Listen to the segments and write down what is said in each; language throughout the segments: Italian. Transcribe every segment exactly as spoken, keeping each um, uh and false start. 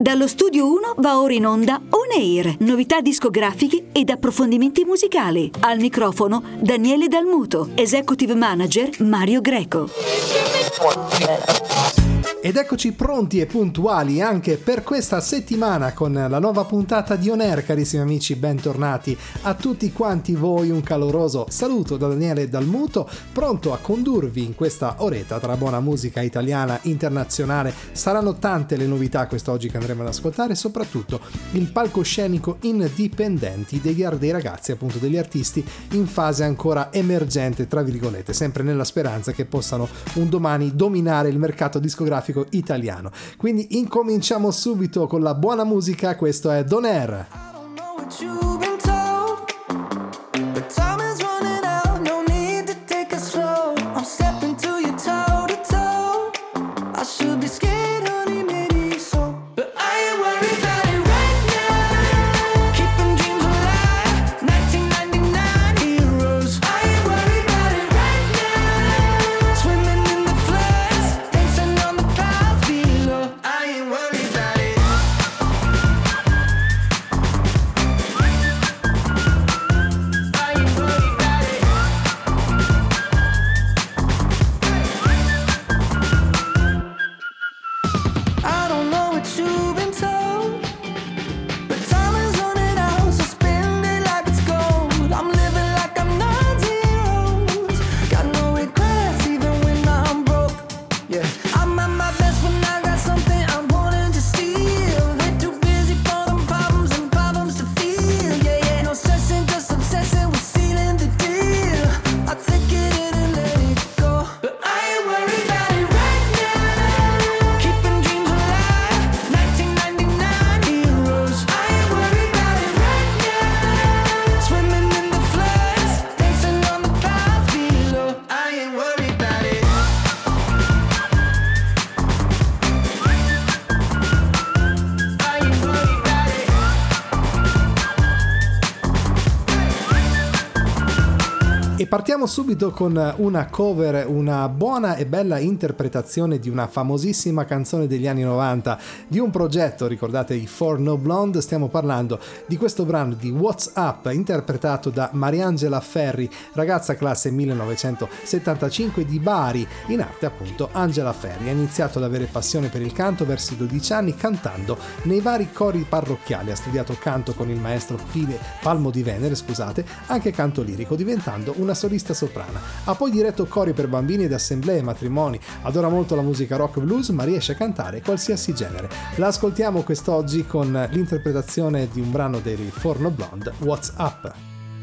Dallo Studio uno va ora in onda On Air, novità discografiche ed approfondimenti musicali. Al microfono Daniele Dalmuto, Executive Manager Mario Greco. Ed eccoci pronti e puntuali anche per questa settimana con la nuova puntata di On Air, carissimi amici, bentornati a tutti quanti voi, un caloroso saluto da Daniele Dalmuto, pronto a condurvi in questa oretta tra buona musica italiana, internazionale. Saranno tante le novità quest'oggi che andremo ad ascoltare, soprattutto il palcoscenico indipendenti degli, dei ragazzi, appunto degli artisti in fase ancora emergente, tra virgolette, sempre nella speranza che possano un domani dominare il mercato discografico italiano. Quindi incominciamo subito con la buona musica. Questo è On Air. Partiamo subito con una cover, una buona e bella interpretazione di una famosissima canzone degli anni novanta di un progetto, ricordate i Four No Blonde. Stiamo parlando di questo brano di What's Up, interpretato da Mariangela Ferri, ragazza classe millenovecentosettantacinque di Bari, in arte appunto Angela Ferri. Ha iniziato ad avere passione per il canto verso i dodici anni cantando nei vari cori parrocchiali. Ha studiato canto con il maestro Pile Palmo di Venere, scusate, anche canto lirico, diventando una solista soprana. Ha poi diretto cori per bambini ed assemblee, matrimoni. Adora molto la musica rock blues, ma riesce a cantare qualsiasi genere. La ascoltiamo quest'oggi con l'interpretazione di un brano dei Four No Blonde, What's Up.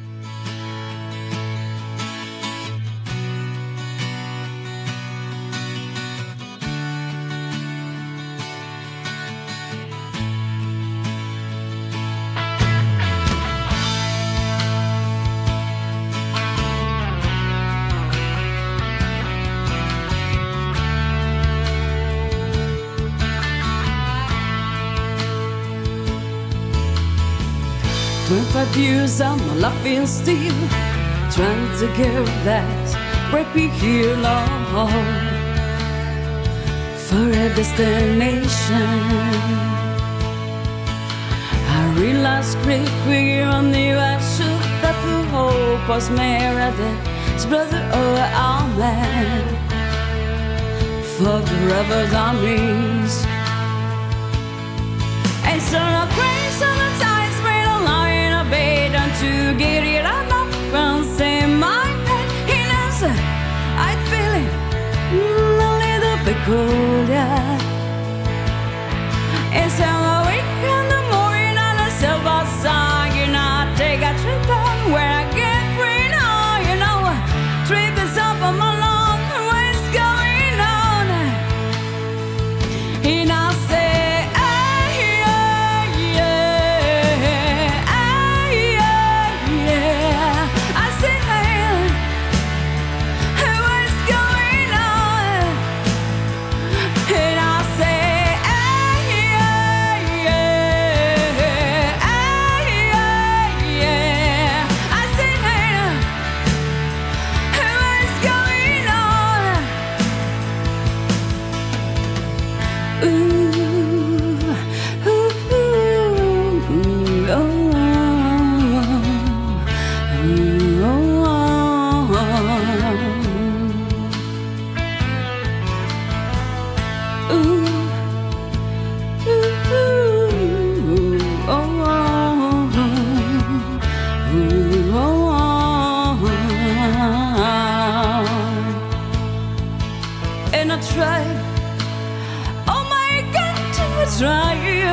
twenty-five years I'm laughing still, trying to get that happy here long for a destination. I realized quickly on the I should that the hope was married, his brother or a man for the rebel armies. And so I praise on the time to get it out of France in my head. He knows I'm feeling mm, a little peculiar. It's how I wake in the morning on a silver side. You know, I take a trip on where I get green. Oh, you know, trip is up on my lawn. What's going on? And I say, hey, yeah, yeah.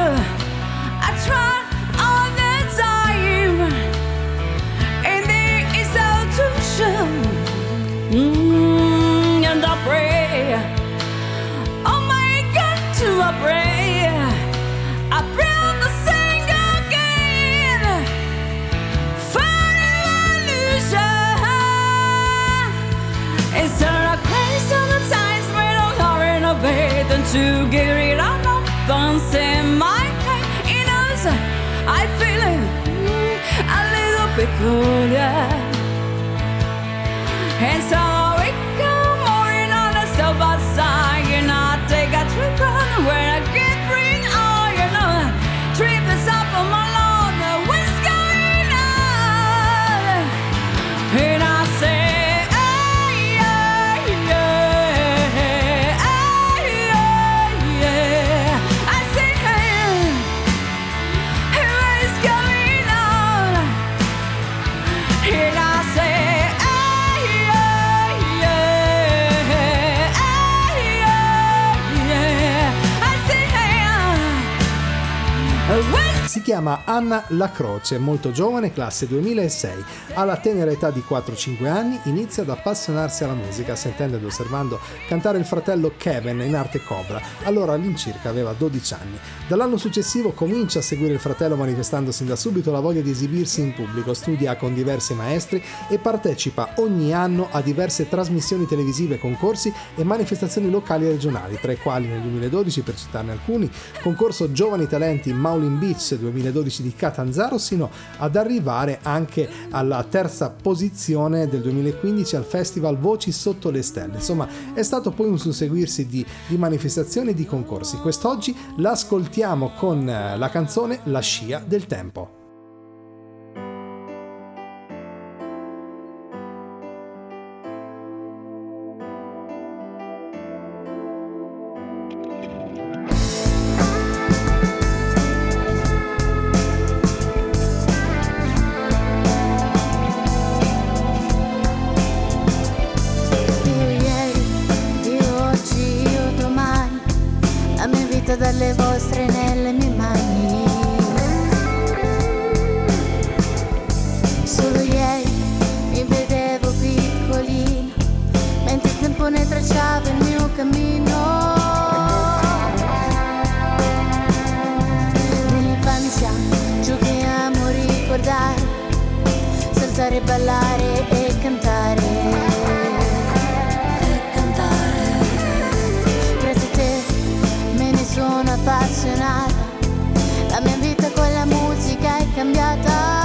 I try all the time, and there is all to show. Mm, and I pray, oh my God, to I pray, I pray to sing again for evolution. Is there a place on the times when I'm hurrying a bed and to get rid of my bones in my head? In us, I feel it mm, a little bit colder. And so we come morning on the sober side, and I take a trip on where I get green. Oh, you know, trip is up on my lawn. What's going on? And I say, hey, yeah, yeah, hey, yeah, yeah. I say, hey, hey, what is going on? And I say, si chiama Anna La Croce, molto giovane, classe duemilasei. Alla tenera età di quattro cinque anni inizia ad appassionarsi alla musica, sentendo ed osservando cantare il fratello Kevin in arte Cobra. Allora all'incirca aveva dodici anni. Dall'anno successivo comincia a seguire il fratello, manifestandosi da subito la voglia di esibirsi in pubblico. Studia con diversi maestri e partecipa ogni anno a diverse trasmissioni televisive, concorsi e manifestazioni locali e regionali, tra i quali nel duemiladodici, per citarne alcuni, concorso Giovani Talenti Maulin Beach duemiladodici di Catanzaro, sino ad arrivare anche alla terza posizione del duemilaquindici al festival Voci sotto le stelle. Insomma, è stato poi un susseguirsi di, di manifestazioni e di concorsi. Quest'oggi l'ascoltiamo con la canzone La scia del tempo. Dalle vostre nelle mie mani. Solo ieri mi vedevo piccolino, mentre il tempo ne tracciava il mio cammino. Nell'infanzia giochiamo a ricordare, saltare, ballare e cantare. Sono appassionata, la mia vita con la musica è cambiata.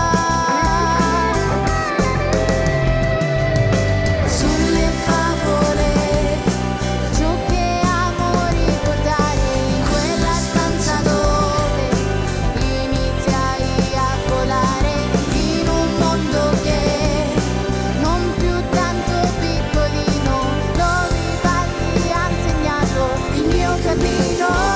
Sulle favole, ciò che amo ricordare, in quella stanza dove iniziai a volare, in un mondo che non più tanto piccolino, dove i palchi hanno segnato il mio cammino.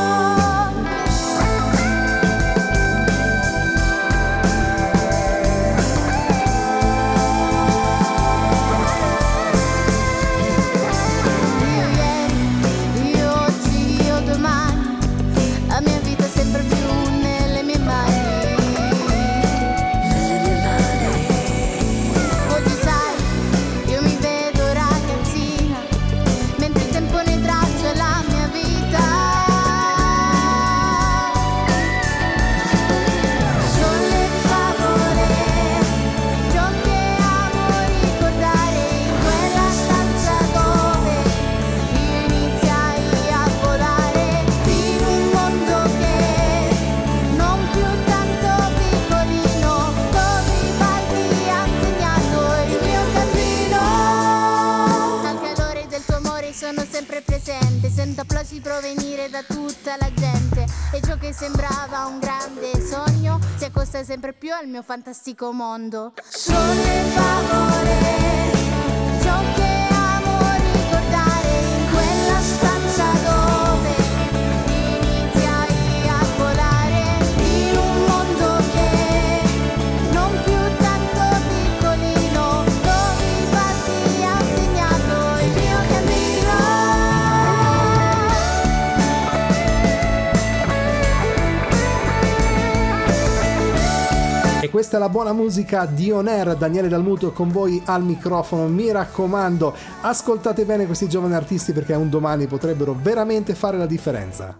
Sento applausi provenire da tutta la gente e ciò che sembrava un grande sogno si accosta sempre più al mio fantastico mondo. Sulle favole, ciò che amo ricordare, in quella stanza dove iniziai a volare, in un mondo che non più tanto piccolino, dove i passi hanno segnato il mio cammino. questa è la buona musica di On Air. Daniele Dalmuto con voi al microfono. Mi raccomando, ascoltate bene questi giovani artisti, perché un domani potrebbero veramente fare la differenza.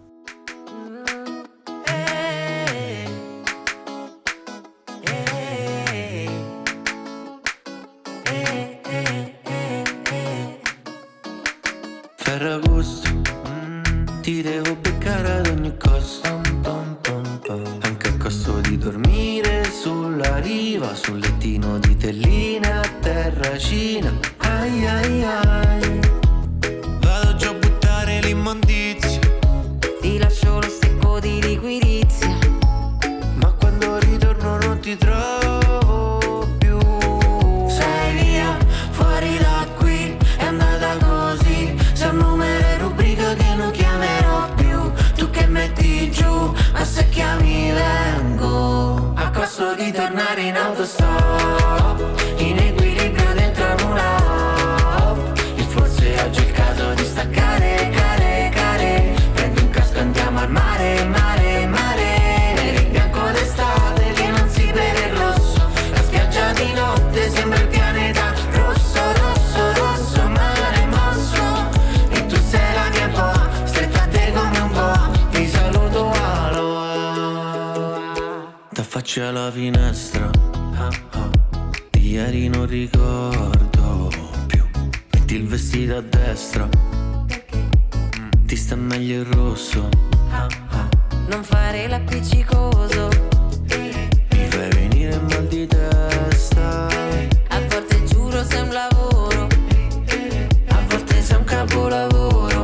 Ferragosto, ti devo beccare ad ogni costo, anche a costo di dormire sulla riva, sul lettino di telline a terracina. Ai ai ai, vado già a buttare l'immondizia, Ti lascio lo secco di liquidizia, ma quando ritorno non ti trovo più. Sei via, fuori da qui, è andata così. C'è un numero e rubrica che non chiamerò più. Tu che metti giù, ma se chiami vengo, a costo di tornare in autostop, in equilibrio dentro una hop. E forse oggi è il caso di staccare, care, care. Prendi un casco e andiamo al mare, mare, mare. Nero in bianco d'estate che non si vede il rosso. La spiaggia di notte sembra il pianeta rosso, rosso, rosso, mare mosso. E tu sei la mia boa, stretta a te come un boa. Ti saluto, aloha. T'affacci alla finestra, ah, ah. Di ieri non ricordo più. Metti il vestito a destra, mm, ti sta meglio il rosso, ah, ah. non fare l'appiccicoso, Mi fai venire mal di testa, a volte giuro sei un lavoro, a volte sei un capolavoro.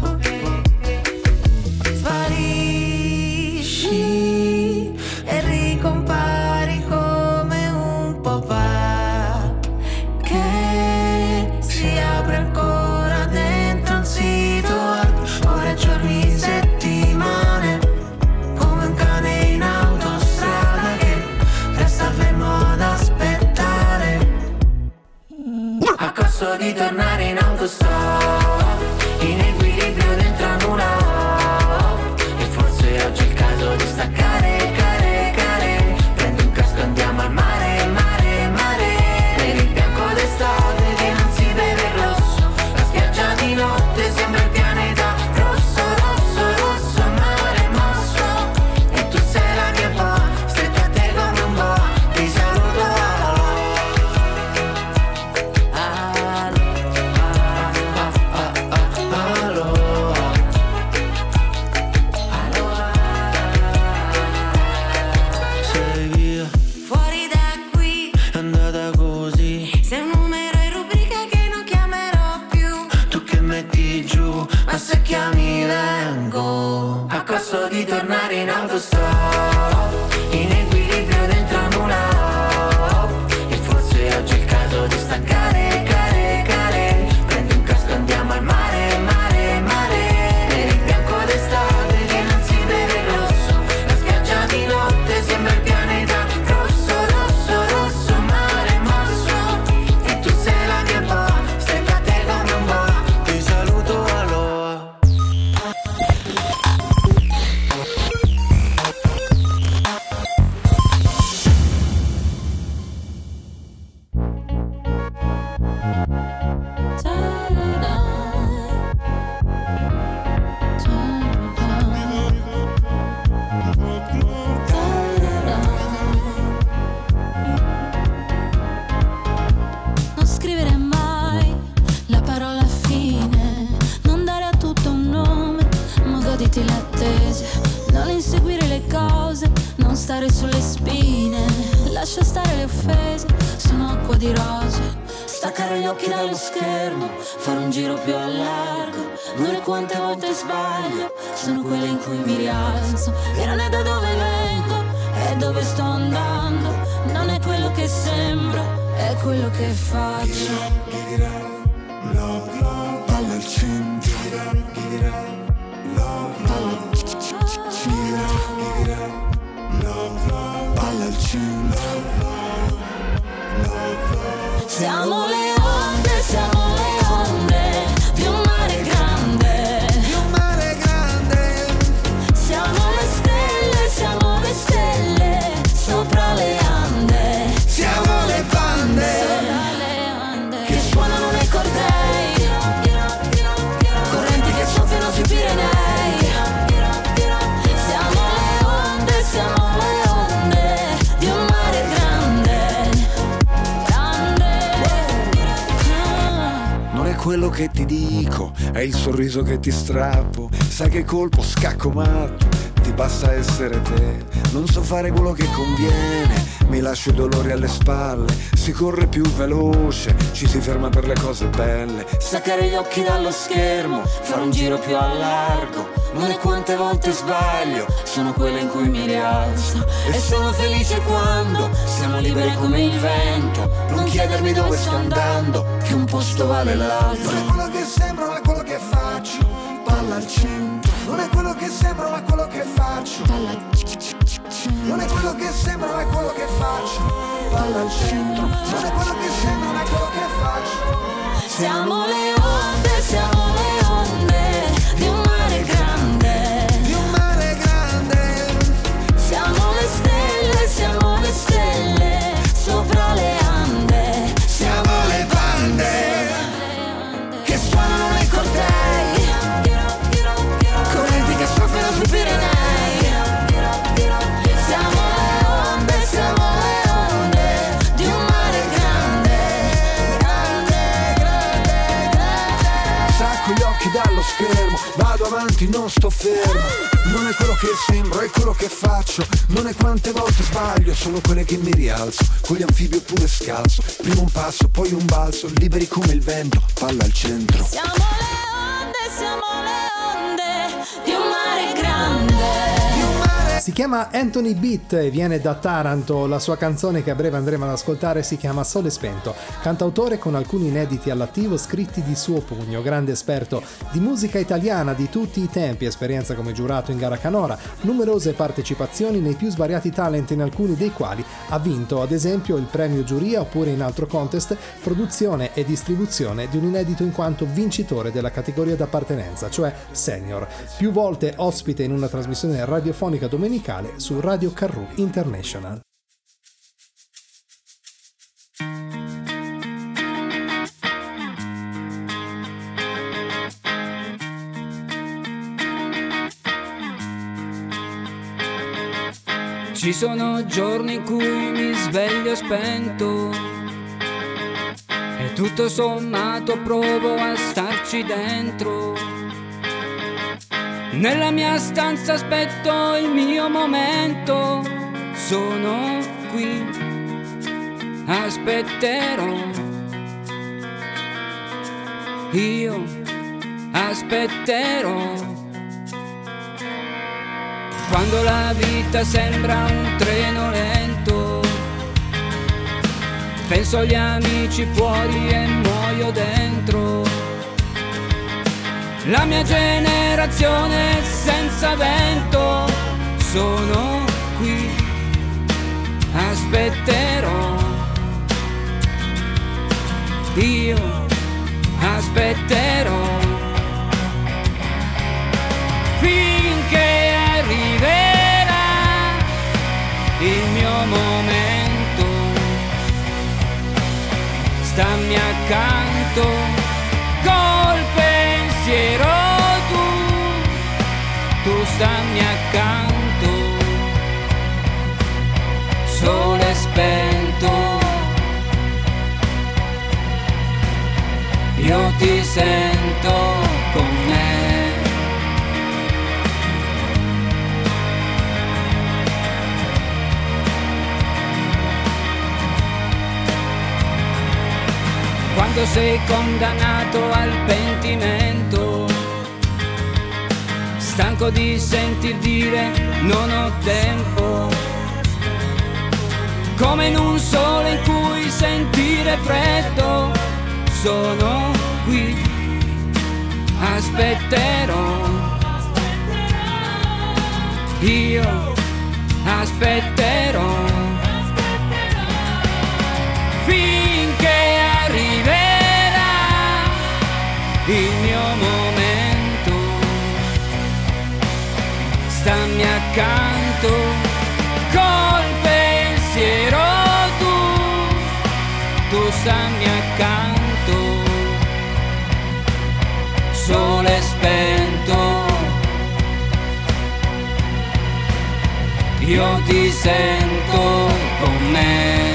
sparisci e ricompari come un papà che si apre ancora dentro un sito web. Ore, giorni, settimane, come un cane in autostrada che resta fermo ad aspettare, A costo di tornare in autostop, in equilibrio dentro una hop. E forse oggi è il caso di staccare, care, care. Prendi un casco e andiamo al mare, mare, mare. Nero in bianco d'estate che non si vede il rosso. La spiaggia di notte sembra il pianeta rosso, rosso, rosso, mare mosso. E tu sei la mia boa, stretta a te come un boa. Ti saluto, aloha. Sei via, fuori da qui. è andata così. Sei un numero in rubrica che non chiamerò più. Tu che metti giù, ma se chiami vengo, a costo di tornare in autostop, in equilibrio dentro una hop. E forse oggi è il caso di staccare, care, care. Prendi un casco e andiamo al mare, mare, mare. Nero in bianco d'estate che non si vede il rosso. La spiaggia di notte sembra il pianeta rosso, rosso, rosso, mare mosso. E tu sei la mia boa, stretta a te come un boa. Ti saluto, aloha. Non scrivere mai la parola fine, non dare a tutto un nome, ma goditi l'attesa, non inseguire le cose, non stare sulle spine, lascia stare le offese, sono acqua di rose, staccare gli occhi dallo schermo, fare un giro più a largo, dure quante volte sbaglio, sono quelle in cui mi rialzo, e non è da dove vengo, è dove sto andando, non è quello che sembro, è quello che faccio. Palla al centro, palla palla al centro. Siamo le onde, siamo le onde di un mare grande, Di un mare grande, siamo le stelle, siamo le stelle sopra le Ande. quello che ti dico, è il sorriso che ti strappo. Sai che colpo, scacco matto, ti basta essere te. Non so fare quello che conviene, mi lascio i dolori alle spalle. Si corre più veloce, ci si ferma per le cose belle. Staccare gli occhi dallo schermo, fare un giro più a largo. Non è quante volte sbaglio, sono quelle in cui mi rialzo. E sono felice quando siamo liberi come il vento. Non chiedermi dove sto andando, che un posto vale l'altro. Non è quello che sembra ma quello che faccio, palla al centro. Non è quello che sembra ma quello che faccio, palla al centro. Non è quello che sembra ma quello che faccio, palla al centro. Non è quello che sembra ma quello che faccio. Siamo le onde, siamo le onde di un mare grande, di un mare grande. siamo le stelle, siamo le stelle sopra le Ande. Siamo le bande che suonano nei cortei, correnti che soffiano sui Pirenei. siamo le onde, siamo le onde di un mare grande, grande, grande, grande. Stacco gli occhi dallo schermo, vado avanti, non sto fermo. Non è quello che sembro, è quello che faccio. Non è quante volte sbaglio, sono quelle che mi rialzo. Con gli anfibi oppure scalzo, prima un passo, poi un balzo. Liberi come il vento, palla al centro. Siamo le onde, siamo le onde di un mare grande. Si chiama Anthony Beat e viene da Taranto. La sua canzone che a breve andremo ad ascoltare si chiama Sole Spento. Cantautore con alcuni inediti all'attivo scritti di suo pugno. Grande esperto di musica italiana di tutti i tempi, esperienza come giurato in gara canora, numerose partecipazioni nei più svariati talent, in alcuni dei quali ha vinto ad esempio il premio giuria oppure in altro contest produzione e distribuzione di un inedito in quanto vincitore della categoria d'appartenenza, cioè senior. Più volte ospite in una trasmissione radiofonica domenicale su Radio Carru International. Ci sono giorni in cui mi sveglio spento e tutto sommato provo a starci dentro. Nella mia stanza aspetto il mio momento, sono qui, aspetterò, io aspetterò. Quando la vita sembra un treno lento, penso agli amici fuori e muoio dentro. La mia generazione senza vento, sono qui, aspetterò, io aspetterò, finché arriverà il mio momento. Stammi accanto col pensiero tu, tu stammi accanto, sole spento, io ti sento con me. Quando sei condannato al pentimento, stanco di sentir dire non ho tempo, come in un sole in cui sentire freddo, sono qui, aspetterò, io aspetterò, finché arriverà il mio momento. Stammi accanto col pensiero tu, tu stammi accanto, sole spento, io ti sento con me.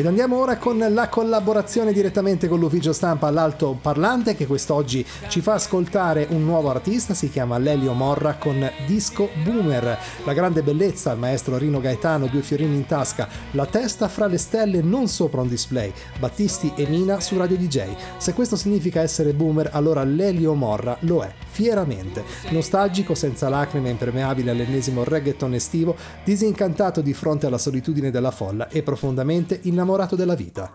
Ed andiamo ora con la collaborazione direttamente con l'ufficio stampa all'altoparlante, che quest'oggi ci fa ascoltare un nuovo artista. Si chiama Lelio Morra con Disco Boomer. La grande bellezza, il maestro Rino Gaetano, due fiorini in tasca, la testa fra le stelle, non sopra un display. Battisti e Mina su Radio D J. Se questo significa essere boomer, allora Lelio Morra lo è, fieramente. Nostalgico, senza lacrime, impermeabile all'ennesimo reggaeton estivo, disincantato di fronte alla solitudine della folla e profondamente innamorato della vita.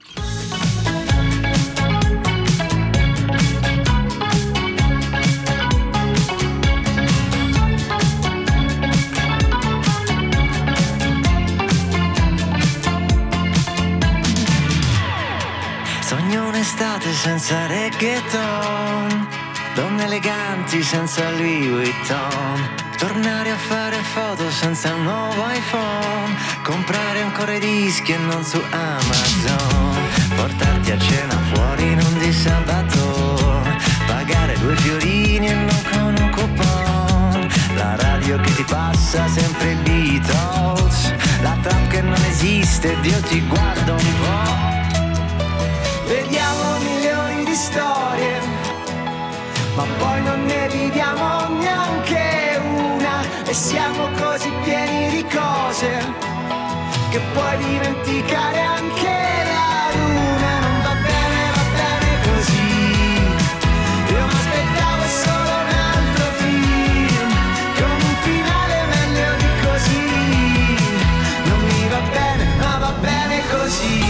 Sogno un'estate senza reggaeton, donne eleganti senza Louis Vuitton, tornare a fare foto senza il nuovo iPhone, comprare ancora i dischi e non su Amazon, portarti a cena fuori non di sabato, pagare due fiorini e non con un coupon, la radio che ti passa sempre i Beatles, la trap che non esiste, Dio ti guarda un po'. Vediamo milioni di storie, ma poi non ne viviamo neanche una, e siamo così pieni di cose che puoi dimenticare anche la luna. Non va bene, va bene così, io mi aspettavo solo un altro film con un finale meglio di così. Non mi va bene, ma va bene così.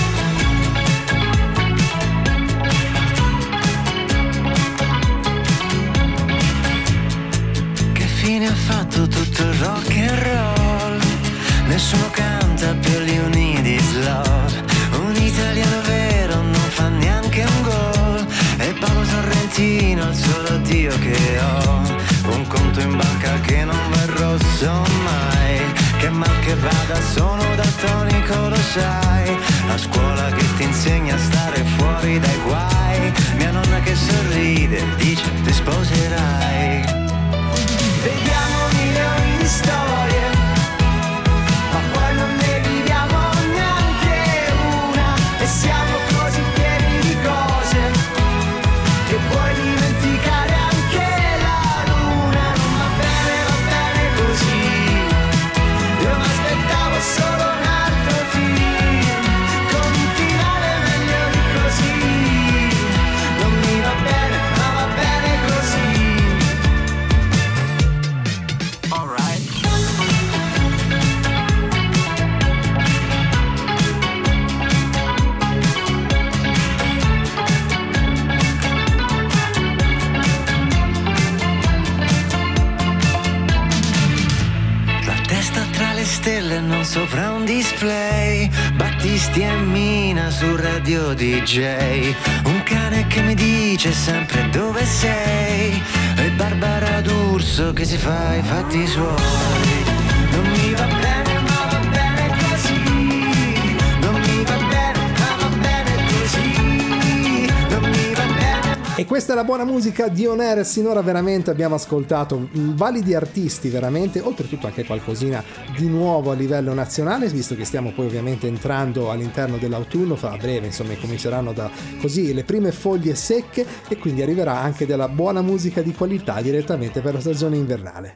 Fine ha fatto tutto il rock and roll, nessuno canta più gli Unidis Love, un italiano vero non fa neanche un gol, e Paolo Sorrentino il solo Dio che ho, un conto in banca che non va in rosso mai, che mal che vada sono daltonico lo sai, la scuola che ti insegna a stare fuori dai guai, mia nonna che sorride dice ti sposerai. Vediamo milioni di storie, ma poi non ne viviamo neanche una, e siamo così pieni di cose che puoi dimenticare anche la luna. Non va bene, va bene così, io mi aspettavo solo un altro film con un finale meglio di così. Non mi va bene, ma va bene così. Stelle non sopra un display, Battisti e Mina su Radio D J, un cane che mi dice sempre dove sei, e Barbara D'Urso che si fa i fatti suoi. Non mi va bene ma va bene così, non mi va bene ma va bene così, non mi va bene. E questa è la buona musica di On Air. Sinora veramente abbiamo ascoltato validi artisti, veramente, oltretutto anche qualcosina di nuovo a livello nazionale, visto che stiamo poi ovviamente entrando all'interno dell'autunno, fra breve insomma cominceranno da così le prime foglie secche, e quindi arriverà anche della buona musica di qualità direttamente per la stagione invernale.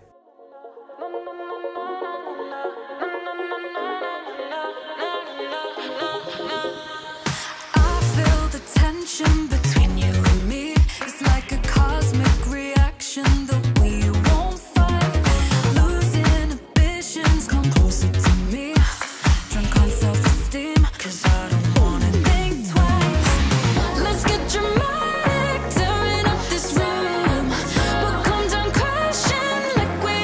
Dramatic, tearing up this room. We'll come down crashing like we're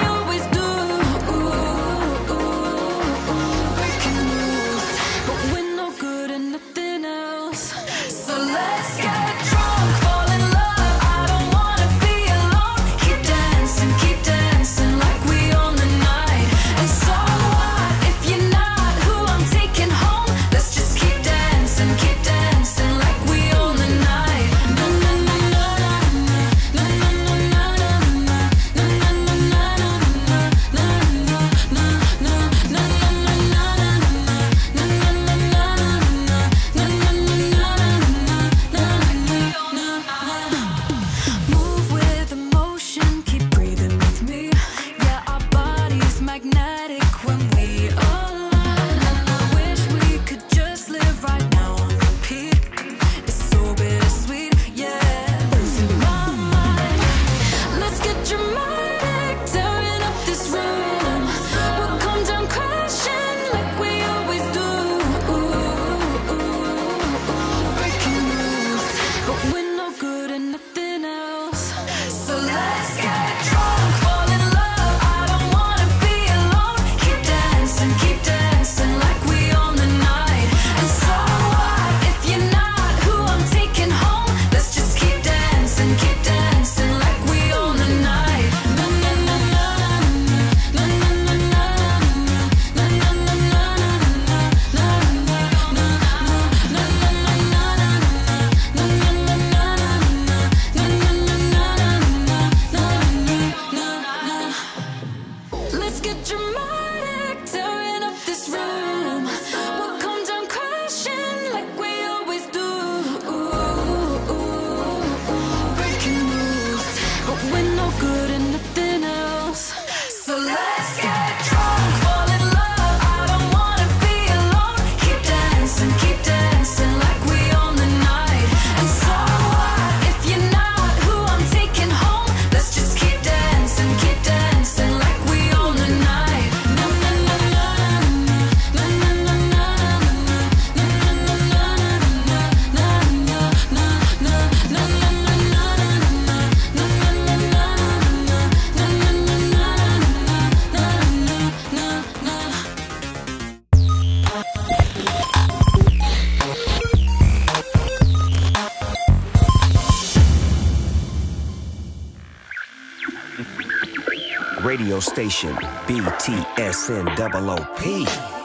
radio station, B T S N O O P.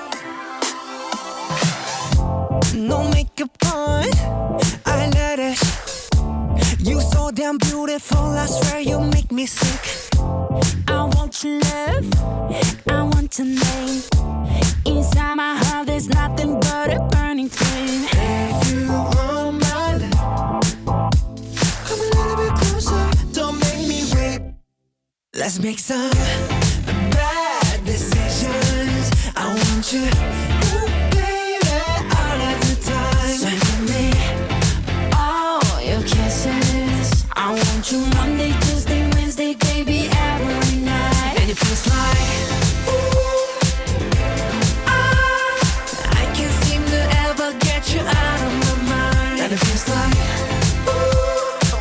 No makeup on, I let it. You so damn beautiful, I swear you make me sick. I want your love, I want your name. Inside my heart there's nothing but a burning flame. If you want my love, come a little bit closer, don't make me wait. Let's make some bad decisions. I want you, ooh, baby, all of the time. So give me all your kisses. I want you Monday, Tuesday, Wednesday, baby, every night. And it feels like, ooh, ah, I can't seem to ever get you out of my mind. And it feels like, ooh,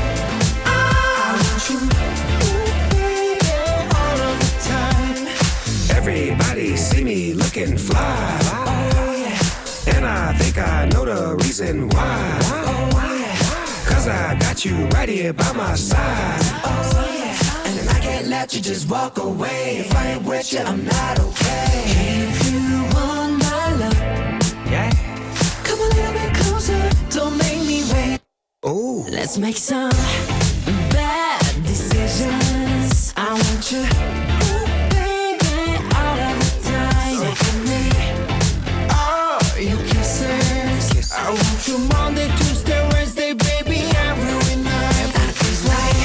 ah, I want you, ooh, baby, all of the time. Everybody see me looking fly, Oh yeah, and I think I know the reason why. oh yeah, Cause I got you right here by my side. oh yeah. And I can't let you just walk away. If I ain't with you, I'm not okay. If you want my love, Yeah. come a little bit closer, don't make me wait. Ooh. Let's make some bad decisions. I want you, ooh, baby, all of the time. So give me all your kisses. I want you Monday, Tuesday, Wednesday, baby, every night. And it feels like,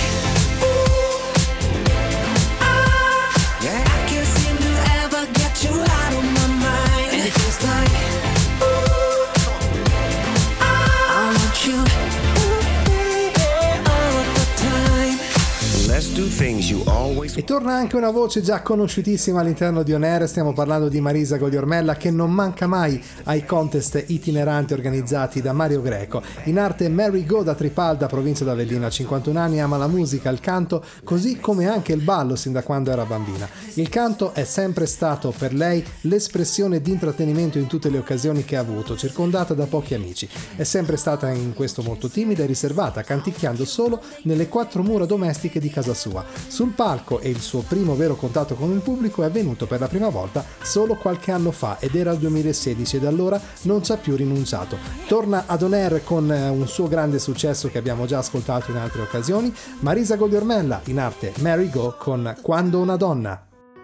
ooh, ah, Yeah. I can't seem to ever get you out of my mind. And it feels like, ooh, I want you, ooh, baby, all of the time. Let's do things you always. E torna anche una voce già conosciutissima all'interno di On Air. Stiamo parlando di Marisa Gugliormella, che non manca mai ai contest itineranti organizzati da Mario Greco. In arte Mary Go da Tripalda, provincia d'Avellino, a cinquantuno anni, ama la musica, il canto, così come anche il ballo sin da quando era bambina. Il canto è sempre stato per lei l'espressione di intrattenimento in tutte le occasioni che ha avuto, circondata da pochi amici. È sempre stata in questo molto timida e riservata, canticchiando solo nelle quattro mura domestiche di casa sua. Sul palco, e il suo primo vero contatto con il pubblico è avvenuto per la prima volta solo qualche anno fa, ed era il duemilasedici, e da allora non ci ha più rinunciato. Torna ad On Air con un suo grande successo che abbiamo già ascoltato in altre occasioni, Marisa Gugliormella, in arte Mary Go, con Quando una donna.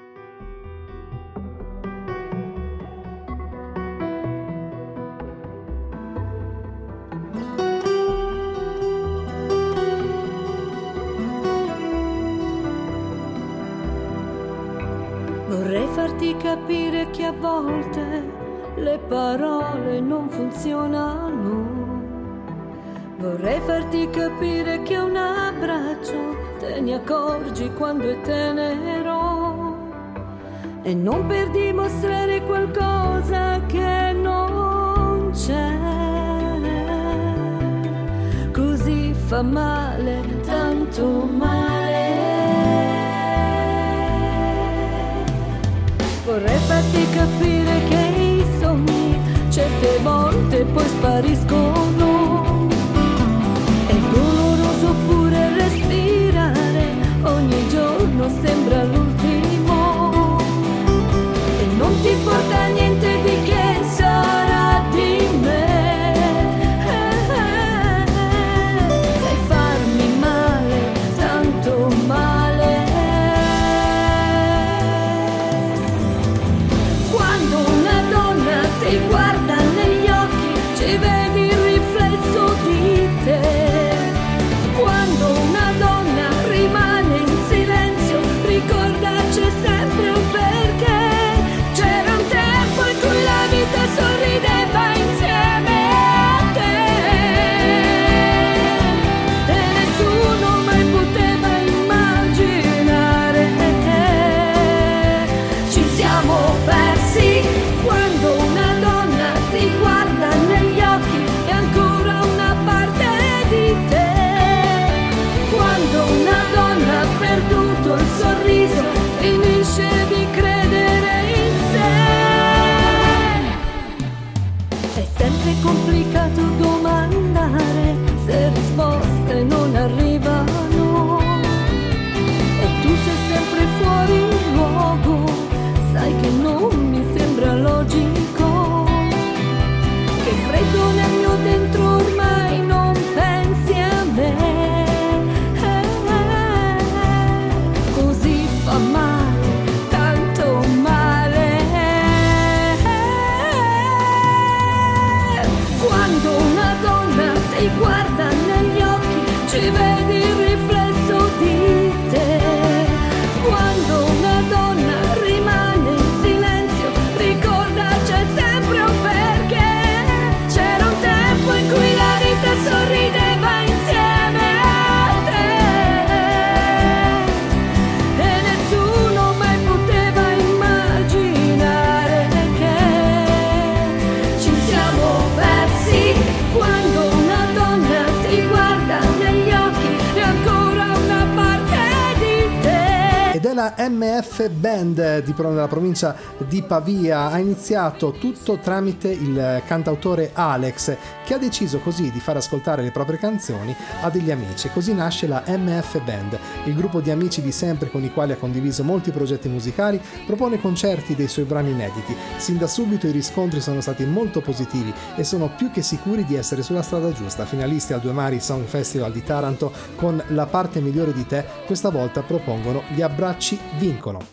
Vorrei farti capire che a volte le parole non funzionano. Vorrei farti capire che un abbraccio te ne accorgi quando è tenero, e non per dimostrare qualcosa che non c'è. Così fa male, tanto male. Vorrei farti capire che i sogni certe volte poi spariscono. È doloroso pure respirare, ogni giorno sembra l'ultimo, e non ti importa niente di che sarà di me. Sai farmi male, tanto male. Ti guarda negli occhi, ci vedi il riflesso La M F Band di, della provincia di Pavia ha iniziato tutto tramite il cantautore Alex, che ha deciso così di far ascoltare le proprie canzoni a degli amici. Così nasce la M F Band, il gruppo di amici di sempre con i quali ha condiviso molti progetti musicali, propone concerti dei suoi brani inediti. Sin da subito i riscontri sono stati molto positivi e sono più che sicuri di essere sulla strada giusta. Finalisti al Due Mari Song Festival di Taranto con La parte migliore di te, questa volta propongono Gli abbracci vincono.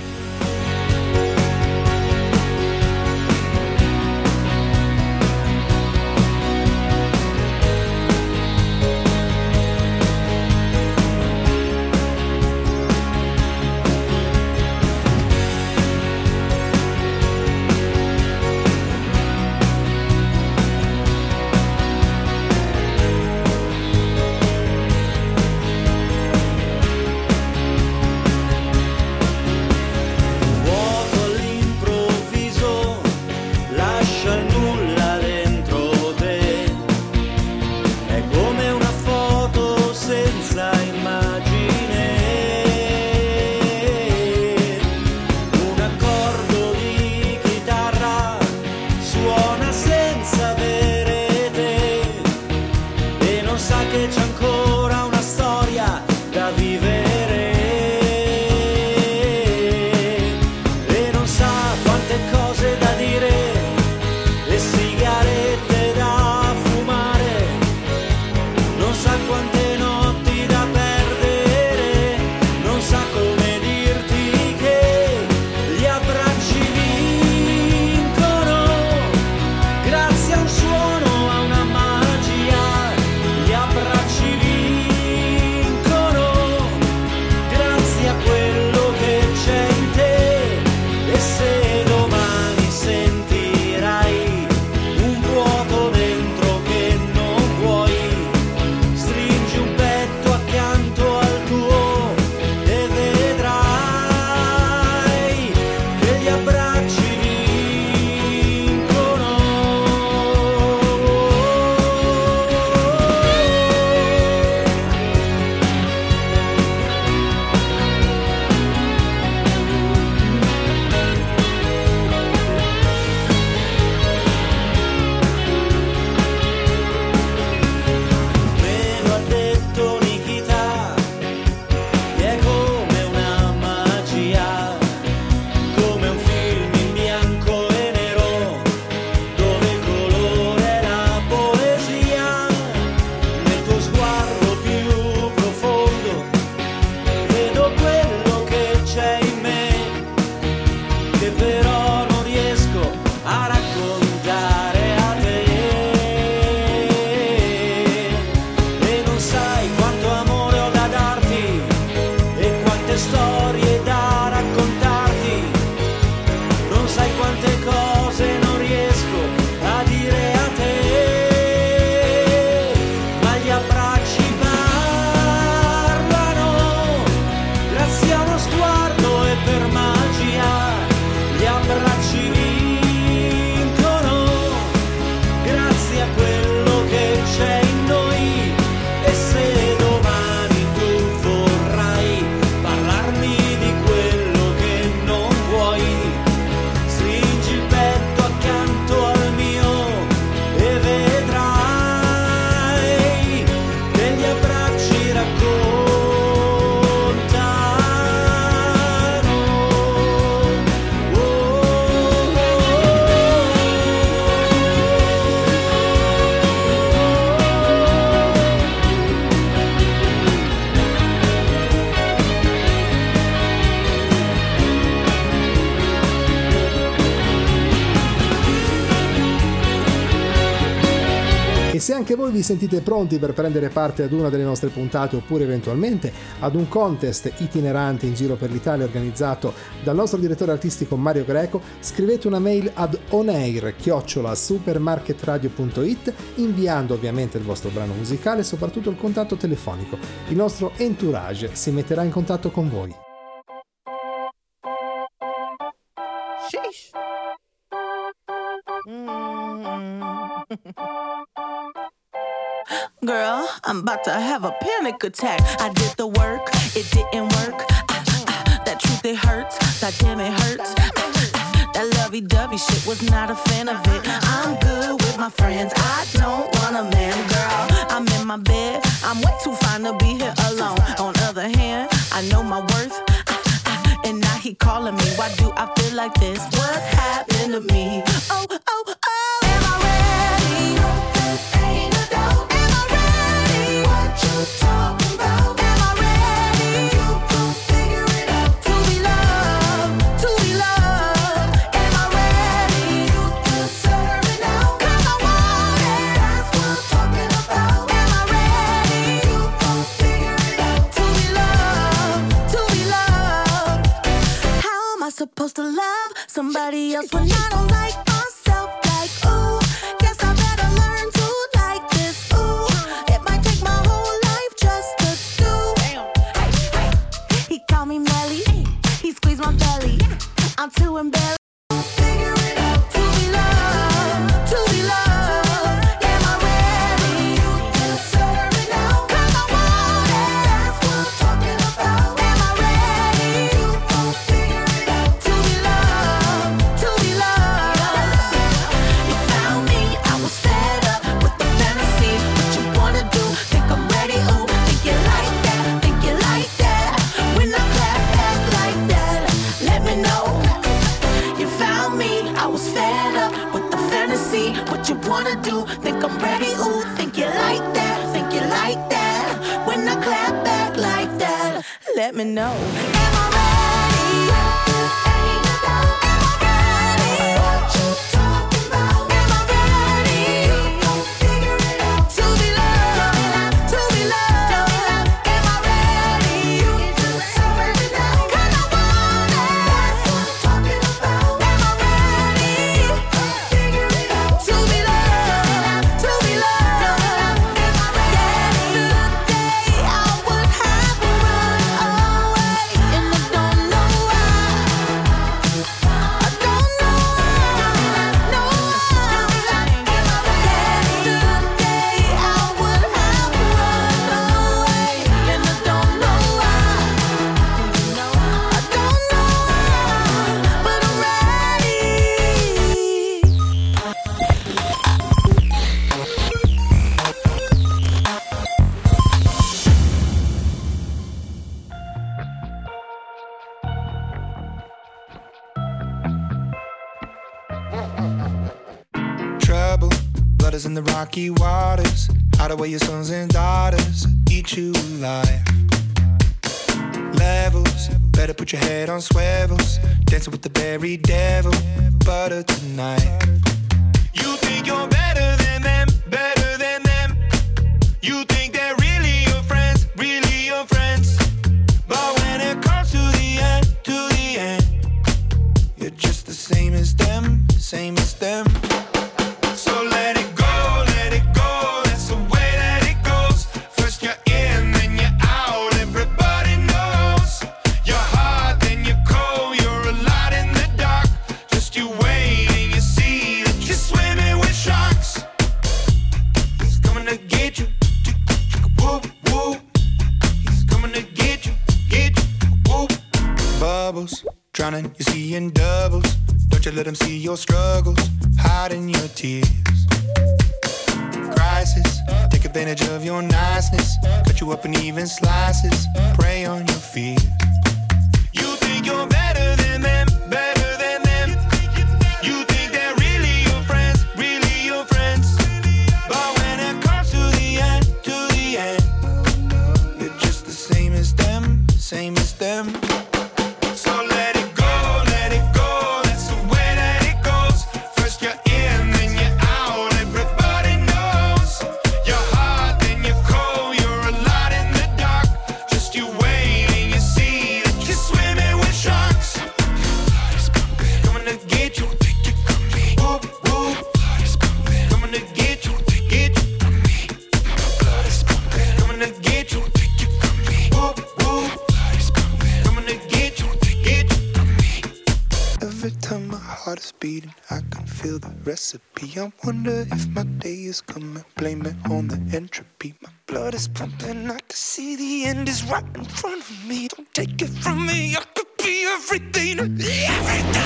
Se anche voi vi sentite pronti per prendere parte ad una delle nostre puntate oppure eventualmente ad un contest itinerante in giro per l'Italia organizzato dal nostro direttore artistico Mario Greco, scrivete una mail ad onair chiocciola supermarketradio punto it inviando ovviamente il vostro brano musicale e soprattutto il contatto telefonico. Il nostro entourage si metterà in contatto con voi. Sheesh. Mm. Girl, I'm about to have a panic attack. I did the work, it didn't work. Ah, ah, that it hurts, god damn it hurts. That lovey-dovey shit, was not a fan of it. I'm good with my friends, I don't want a man, girl. I'm in my bed, I'm way too fine to be here alone. On other hand, I know my worth, and now he calling me. Why do I feel like this? What's happened to me? Oh, oh, oh. Am I ready? Ain't no doubt. Am I ready? What you talking about? Am I ready? You gon' figure it out. To be loved, to be loved. Am I ready? You deserve it now. 'Cause I want it. That's what I'm talking about. Am I ready? You gon' figure it out. To be loved, to be loved. How am I supposed to love somebody else when I don't like myself? Like, ooh, guess I better learn to like this. Ooh, it might take my whole life just to do. Hey, hey. He called me Melly, he squeezed my belly. I'm too embarrassed. Figure it out. To be loved, to be loved. Am I ready? You deserve it now. 'Cause I want it. That's what I'm talking about. Am I ready? You gon' figure it out. To be loved, to be loved. You found me, I was fed up with the fantasy. What you wanna do? Think I'm ready? Ooh, think you like that? Think you like that? When I clap back like that, let me know. You found me, I was fed up with the fantasy. What you wanna do? Think I'm ready? Ooh, think you like that? Think you like that? When I clap back like that, let me know. Am I ready? Ain't no doubt. Am I ready? What you talking about? Am I ready? You gon' figure it out. To be loved, to be loved. Am I ready? You deserve it now. 'Cause I want it. That's what I'm talking about. Am I ready? Figure it out. To be loved, to be loved. Am I ready? Yesterday I would have run away, and I don't know why. I don't know why. No why. Am I ready? Yesterday I would have run away, and I don't know why. I don't know why, but I'm ready. Trouble, blood is in the rocky waters. Hide away your sons and daughters, eat you alive. Levels, better put your head on swivels. Dancing with the berry devil, butter tonight. You think you're better than them, better than them. You think they're really your friends, really your friends. But when it comes to the end, to the end, you're just the same as them, same as them. So let it go, let it go, that's the way that it goes. First you're in, then you're out, everybody knows. You're hot, then you're cold, you're a light in the dark. Just you wait and you see that you're swimming with sharks. He's coming to get you, whoop, whoop. He's coming to get you, get you, whoop. Bubbles, drowning, you're seeing doubles. Don't you let them see your struggles, hiding your tears. Crisis, take advantage of your niceness. Cut you up in even slices, prey on your fears. You think you're better than them, better than them. You think they're really your friends, really your friends. But when it comes to the end, to the end, you're just the same as them, same as them. So let it go, let it go, that's the way that it goes. First you're in, then you're out, everybody knows. You're hot, then you're cold, you're a light in the dark. Just you wait and you see that you're swimming with sharks. Coming to get you, whoop, whoop. Coming to get you, get you. Coming to get you, whoop, whoop. Coming to get you, get you. Every time my heart is beating, I can feel the recipe. I wonder if my day is coming, blame it on the entropy. My blood is pumping, I can see the end is right in front of me. Don't take it from me, I could be everything, everything.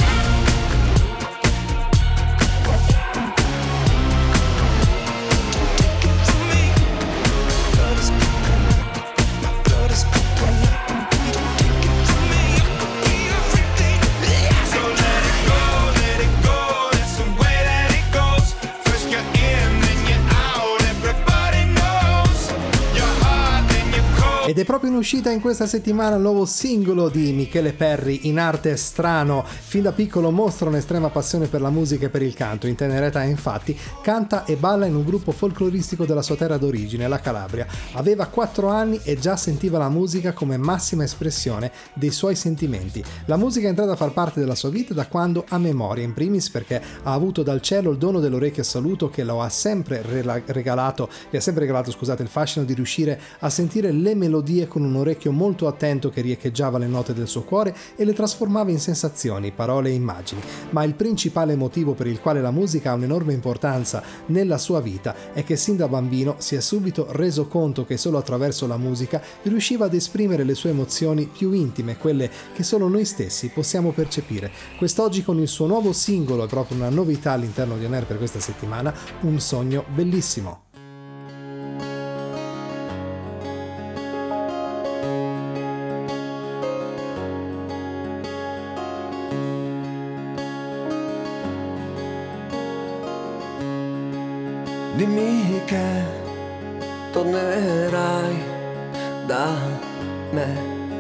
Ed è proprio in uscita in questa settimana il nuovo singolo di Michele Perri, In arte strano. Fin da piccolo mostra un'estrema passione per la musica e per il canto. In tenera età, infatti, canta e balla in un gruppo folcloristico della sua terra d'origine, la Calabria. Aveva quattro anni e già sentiva la musica come massima espressione dei suoi sentimenti. La musica è entrata a far parte della sua vita da quando ha memoria, in primis perché ha avuto dal cielo il dono dell'orecchio assoluto che lo ha sempre regalato, gli ha sempre regalato, scusate, il fascino di riuscire a sentire le melodie con un orecchio molto attento che riecheggiava le note del suo cuore e le trasformava in sensazioni, parole e immagini. Ma il principale motivo per il quale la musica ha un'enorme importanza nella sua vita è che sin da bambino si è subito reso conto che solo attraverso la musica riusciva ad esprimere le sue emozioni più intime, quelle che solo noi stessi possiamo percepire. Quest'oggi con il suo nuovo singolo, è proprio una novità all'interno di On Air per questa settimana, Un sogno bellissimo. Dimmi che tornerai da me.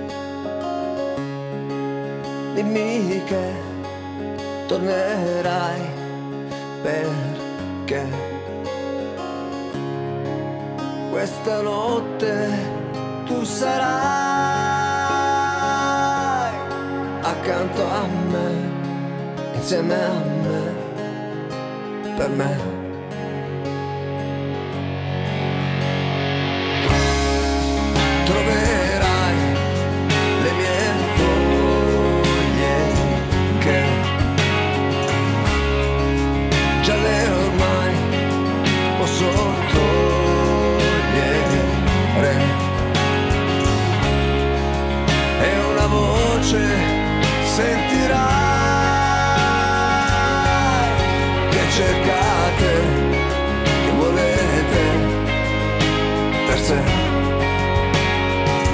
Dimmi che tornerai perché questa notte tu sarai accanto a me, insieme a me, per me. Troverai le mie foglie che gialle ormai posso togliere, e una voce sentirai che cercate, che volete per sé.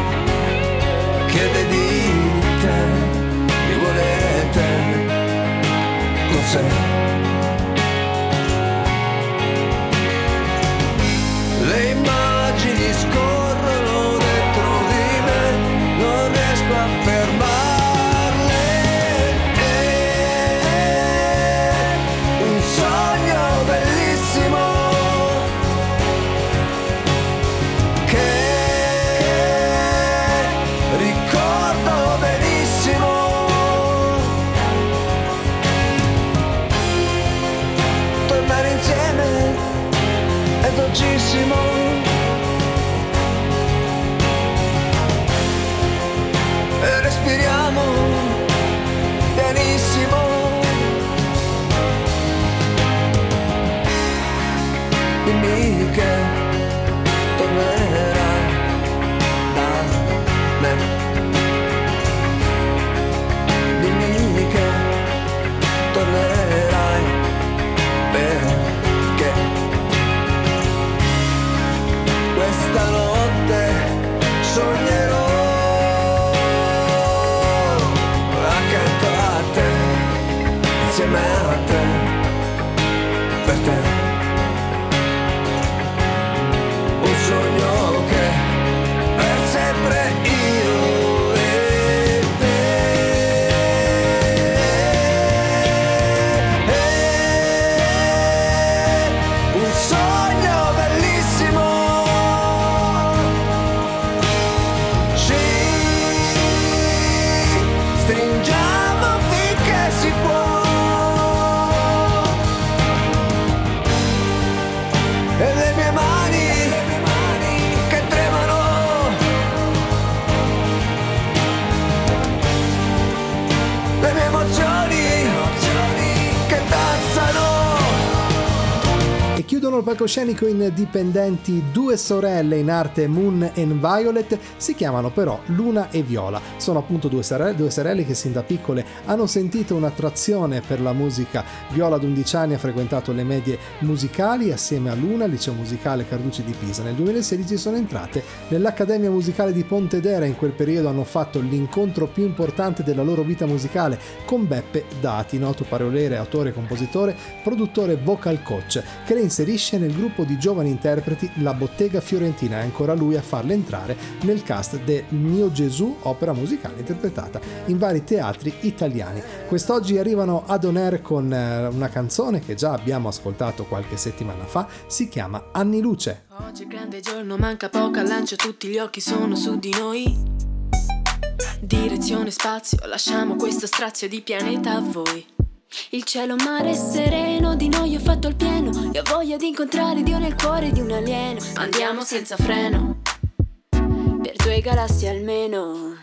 Chiudono il palcoscenico indipendenti due sorelle in arte, Moon and Violet, si chiamano però Luna e Viola. Sono appunto due sorelle, due sorelle che sin da piccole hanno sentito un'attrazione per la musica. Viola ad undici anni ha frequentato le medie musicali assieme a Luna al liceo musicale Carducci di Pisa. Nel duemilasedici sono entrate nell'Accademia Musicale di Pontedera. In quel periodo hanno fatto l'incontro più importante della loro vita musicale con Beppe Dati, noto paroliere, autore, compositore, produttore, vocal coach, che le inserisce nel gruppo di giovani interpreti La Bottega Fiorentina. È ancora lui a farle entrare nel cast del Mio Gesù, opera musicale interpretata in vari teatri italiani. Quest'oggi arrivano ad On Air con una canzone che già abbiamo ascoltato qualche settimana fa, si chiama Anni Luce. Oggi è grande giorno, manca poco al lancio, tutti gli occhi sono su di noi. Direzione spazio, lasciamo questo strazio di pianeta a voi. Il cielo mare è sereno, di noi ho fatto il pieno, e ho voglia di incontrare Dio nel cuore di un alieno. Andiamo senza freno, per due galassie almeno.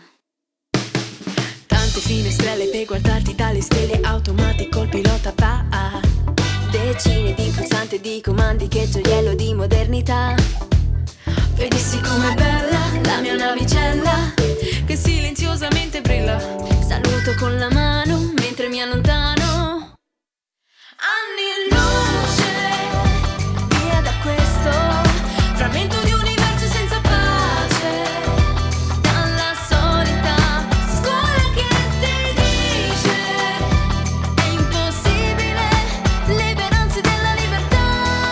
Tante finestrelle per guardarti dalle stelle, automatico il pilota va. Decine di pulsanti di comandi, che gioiello di modernità. Vedessi com'è bella la mia navicella, che silenziosamente brilla. Saluto con la mano mentre mi allontano. Anni luce, via da questo frammento di universo senza pace. Dalla solita scuola che ti dice è impossibile liberarsi della libertà.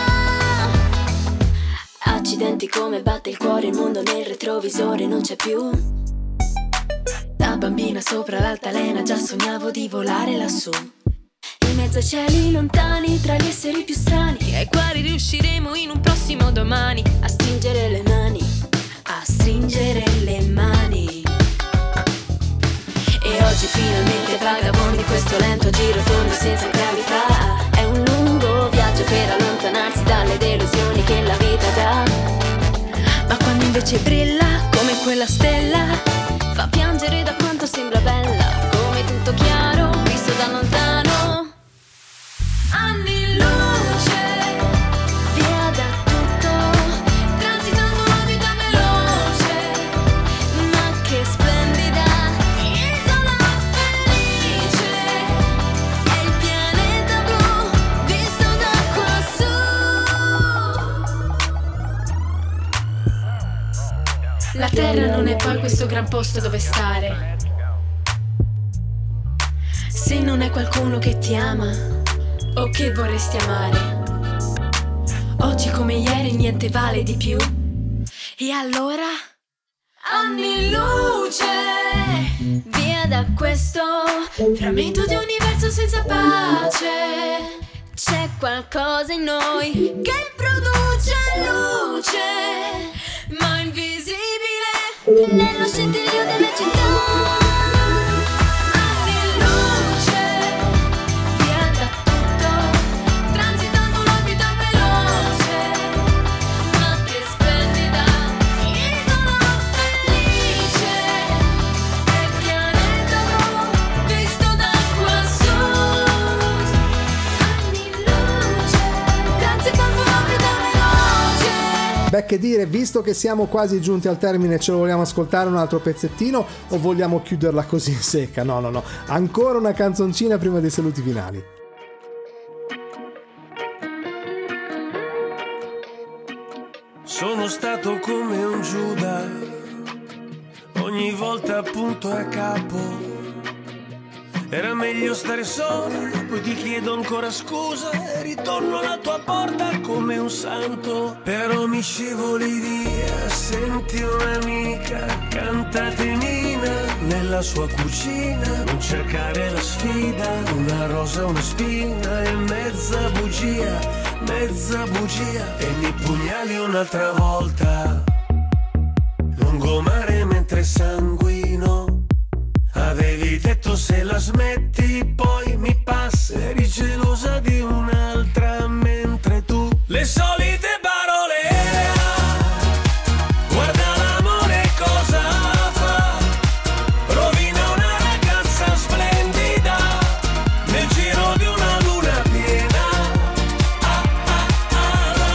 Accidenti, come batte il cuore, il mondo nel retrovisore non c'è più. Da bambina sopra l'altalena già sognavo di volare lassù, in mezzo ai cieli lontani, tra gli esseri più strani, ai quali riusciremo in un prossimo domani a stringere le mani, a stringere le mani. E oggi finalmente vagabondi questo lento giro tondo senza gravità. È un lungo viaggio per allontanarsi dalle delusioni che la vita dà. Ma quando invece brilla come quella stella, fa piangere da quanto sembra bella, come tutto chiaro visto da lontano. Anni luce, via da tutto, transitando una vita veloce. Ma che splendida isola felice, è il pianeta blu visto da quassù. La terra non è poi questo gran posto dove stare, se non è qualcuno che ti ama o che vorresti amare. Oggi come ieri niente vale di più, e allora anni luce, via da questo frammento di universo senza pace. C'è qualcosa in noi che produce luce, ma invisibile nello scintillio delle città. Beh, che dire, visto che siamo quasi giunti al termine, ce lo vogliamo ascoltare un altro pezzettino o vogliamo chiuderla così in secca? No, no, no, ancora una canzoncina prima dei saluti finali. Sono stato come un Giuda, ogni volta appunto a capo. Era meglio stare solo, poi ti chiedo ancora scusa e ritorno alla tua porta come un santo. Però mi scivoli via, senti un'amica, cantatenina nella sua cucina. Non cercare la sfida, una rosa, una spina e mezza bugia, mezza bugia. E mi pugnali un'altra volta, lungomare mentre sanguino. Avevi detto se la smetti poi mi passa, eri gelosa di un'altra mentre tu le solite parole. Guarda l'amore cosa fa, rovina una ragazza splendida nel giro di una luna piena. Ah, ah, ah,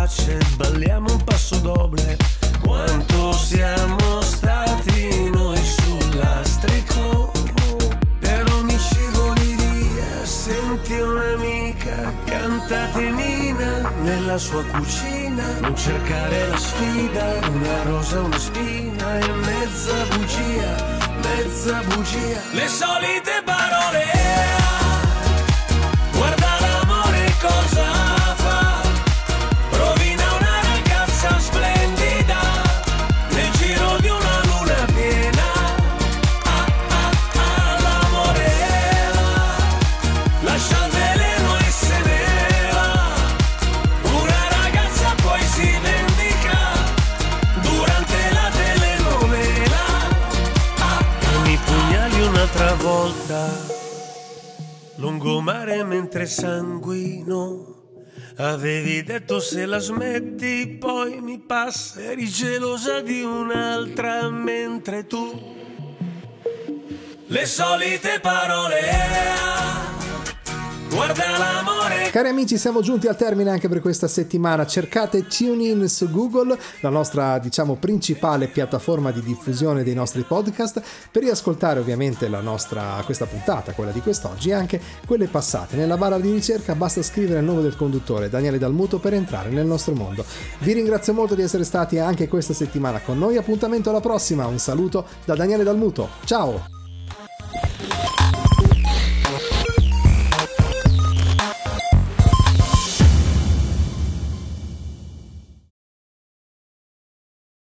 faccia e balliamo un passo doble. Quanto siamo stati noi sul lastrico, per ogni cicoliria senti un'amica, cantate Nina nella sua cucina. Non cercare la sfida, una rosa, una spina e mezza bugia, mezza bugia. Le solite parole, guarda l'amore cosa fa, rovina una ragazza splendida nel giro di una luna piena. Ah ah ah, l'amore lascia il veleno e se ne va. Una ragazza poi si vendica durante la telenovela. Ah, e mi pugnali un'altra volta lungomare mentre sanguino. Avevi detto se la smetti poi mi passa. Eri gelosa di un'altra mentre tu le solite parole, guarda l'amore. Cari amici, siamo giunti al termine anche per questa settimana. Cercate TuneIn su Google, la nostra, diciamo, principale piattaforma di diffusione dei nostri podcast, per riascoltare ovviamente la nostra, questa puntata, quella di quest'oggi, e anche quelle passate. Nella barra di ricerca basta scrivere il nome del conduttore, Daniele Dalmuto, per entrare nel nostro mondo. Vi ringrazio molto di essere stati anche questa settimana con noi. Appuntamento alla prossima. Un saluto da Daniele Dalmuto. Ciao!